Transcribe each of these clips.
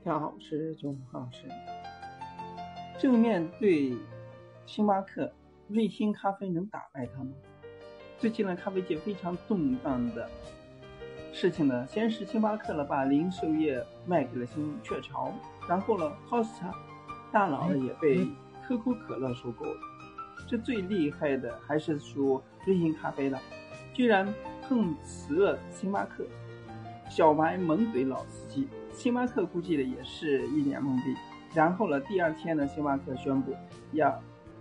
挺好吃就很好吃。正面对星巴克，瑞幸咖啡能打败它吗？最近呢，咖啡界非常动荡的事情呢，先是星巴克把零售业卖给了雀巢，然后呢，Costa 大佬呢也被可口可乐收购了。这最厉害的还是说瑞幸咖啡了，居然碰瓷了星巴克，小白猛怼老司机，星巴克估计的也是一脸懵逼。然后呢，第二天呢，星巴克宣布要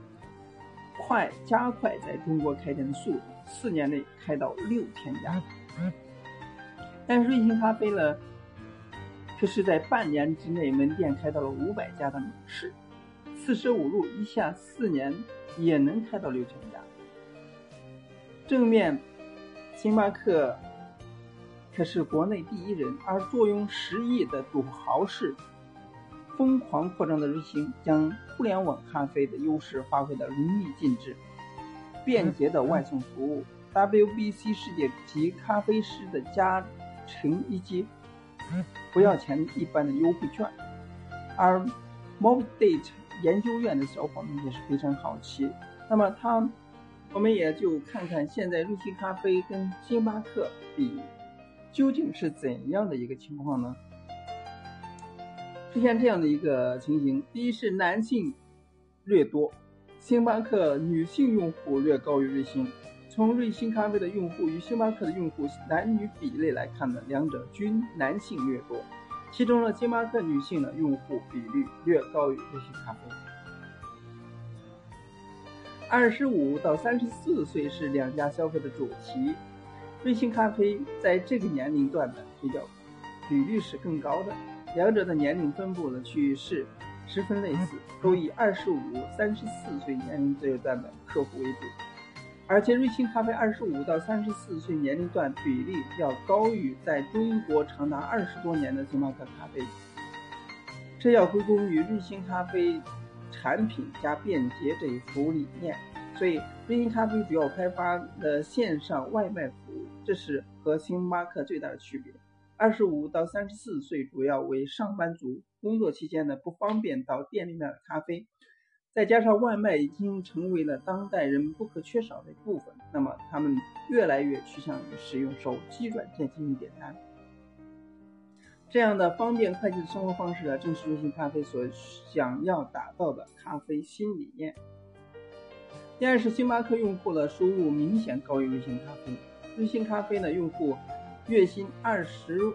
加快在中国开店的速度，4年内开到6000家。但是瑞幸咖啡呢，可是在半年之内门店开到了500家的猛士，45路一下4年也能开到6000家。正面星巴克可是国内第一人，而坐拥10亿的土豪式疯狂扩张的瑞幸，将互联网咖啡的优势发挥得淋漓尽致。便捷的外送服务， WBC 世界级咖啡师的加成以及不要钱一般的优惠券。而 Movdate 研究院的小伙伴也是非常好奇，那么我们也就看看现在瑞幸咖啡跟星巴克比究竟是怎样的一个情况呢？出现这样的一个情形，第一是男性略多，星巴克女性用户略高于瑞幸。从瑞幸咖啡的用户与星巴克的用户男女比例来看呢，两者均男性略多，其中呢，星巴克女性的用户比率略高于瑞幸咖啡。25到34岁是两家消费的主题，瑞幸咖啡在这个年龄段的比率是更高的，两者的年龄分布的趋势十分类似，都以25、34岁年龄这一段的客户为主，而且瑞幸咖啡25到34岁年龄段比例要高于在中国长达20多年的星巴克咖啡，这要归功于瑞幸咖啡产品加便捷这一服务理念。所以瑞幸咖啡主要开发的线上外卖服务，这是和星巴克最大的区别。25到34岁主要为上班族，工作期间呢不方便到店里面的咖啡，再加上外卖已经成为了当代人不可缺少的一部分，那么他们越来越趋向于使用手机软件进行点单。这样的方便快捷的生活方式正是瑞幸咖啡所想要打造的咖啡新理念。第二是星巴克用户的收入明显高于瑞幸咖啡，瑞幸咖啡的用户月薪20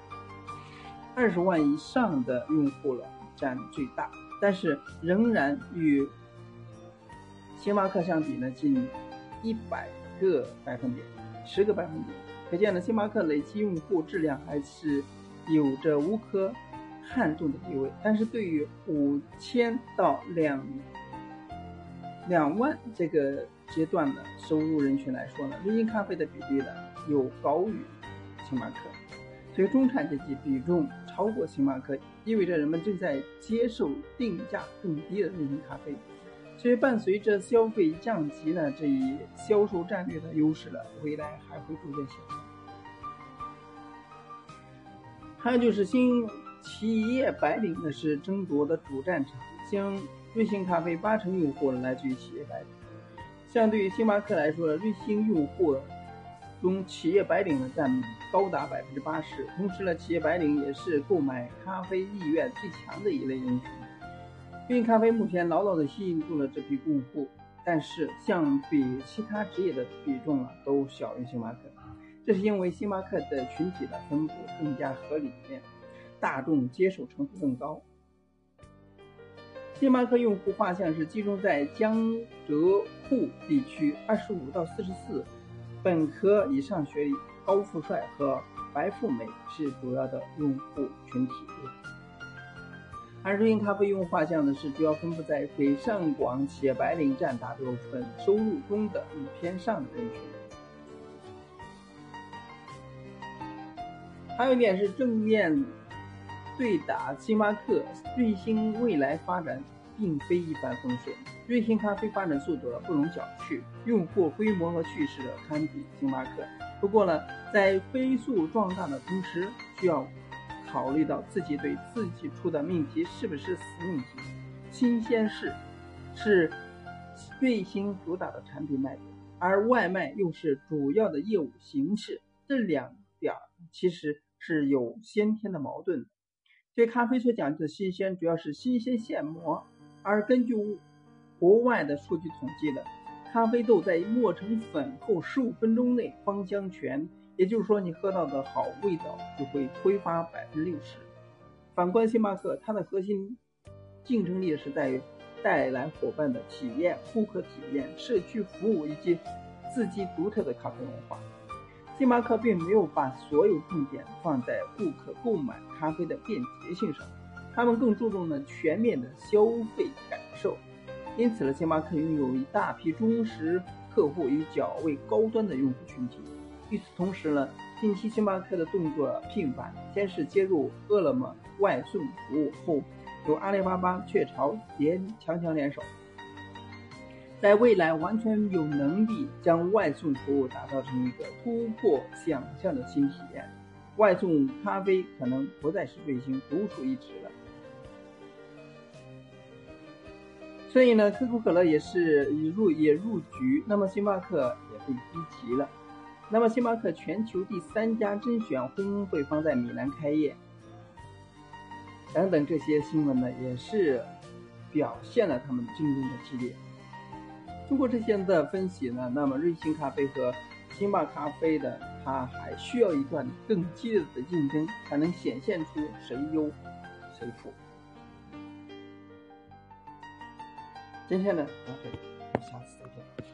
万以上的用户占最大，但是仍然与星巴克相比呢，近100个百分点，10个百分点，可见了星巴克累计用户质量还是有着无可撼动的地位。但是对于5000到2万这个阶段的收入人群来说呢，瑞幸咖啡的比例又高于星巴克，所以中产阶级比重超过星巴克，意味着人们正在接受定价更低的瑞幸咖啡。所以伴随着消费降级呢，这一销售战略的优势未来还会逐渐显现。还有就是企业白领呢是争夺的主战场，将瑞幸咖啡80%用户来自于企业白领，相对于星巴克来说，瑞幸用户中企业白领占高达80%，同时企业白领也是购买咖啡意愿最强的一类人群。瑞幸咖啡目前牢牢地吸引住了这批用户，但是相比其他职业的比重都小于星巴克，这是因为星巴克的群体的分布更加合理面，大众接受程度更高。星巴克用户画像是集中在江浙沪地区，25到44，本科以上学历、高富帅和白富美是主要的用户群体。而瑞幸咖啡用户画像是主要分布在北上广企业白领占大部分，收入中的偏上的人群。还有一点是正面对打星巴克，瑞幸未来发展并非一帆风顺，瑞幸咖啡发展速度不容小觑，用户规模和趋势堪比星巴克。不过在飞速壮大的同时，需要考虑到自己对自己出的命题是不是死命题，新鲜是瑞幸主打的产品卖点，而外卖又是主要的业务形式，这两点其实是有先天的矛盾的。对咖啡所讲究的新鲜主要是新鲜现磨，而根据国外的数据统计的，咖啡豆在磨成粉后15分钟内芳香醛，也就是说你喝到的好味道就会挥发60%。反观星巴克，它的核心竞争力是在于带来伙伴的体验、顾客体验、社区服务以及自己独特的咖啡文化。星巴克并没有把所有重点放在顾客购买咖啡的便捷性上，他们更注重了全面的消费感受。因此星巴克拥有一大批忠实客户与较为高端的用户群体。与此同时近期星巴克的动作频繁，先是接入饿了么外送服务，后由阿里巴巴、雀巢强强联手，在未来完全有能力将外送服务打造成一个突破想象的新体验。外送咖啡可能不再是瑞幸独树一帜了。所以可口可乐也入局，那么星巴克也被逼急了。那么星巴克全球第3家甄选烘焙坊在米兰开业等等，这些新闻也是表现了他们竞争的激烈。通过这些的分析那么瑞幸咖啡和星巴克咖啡它还需要一段更激烈的竞争，才能显现出谁优谁负。今天到这里，下次再见。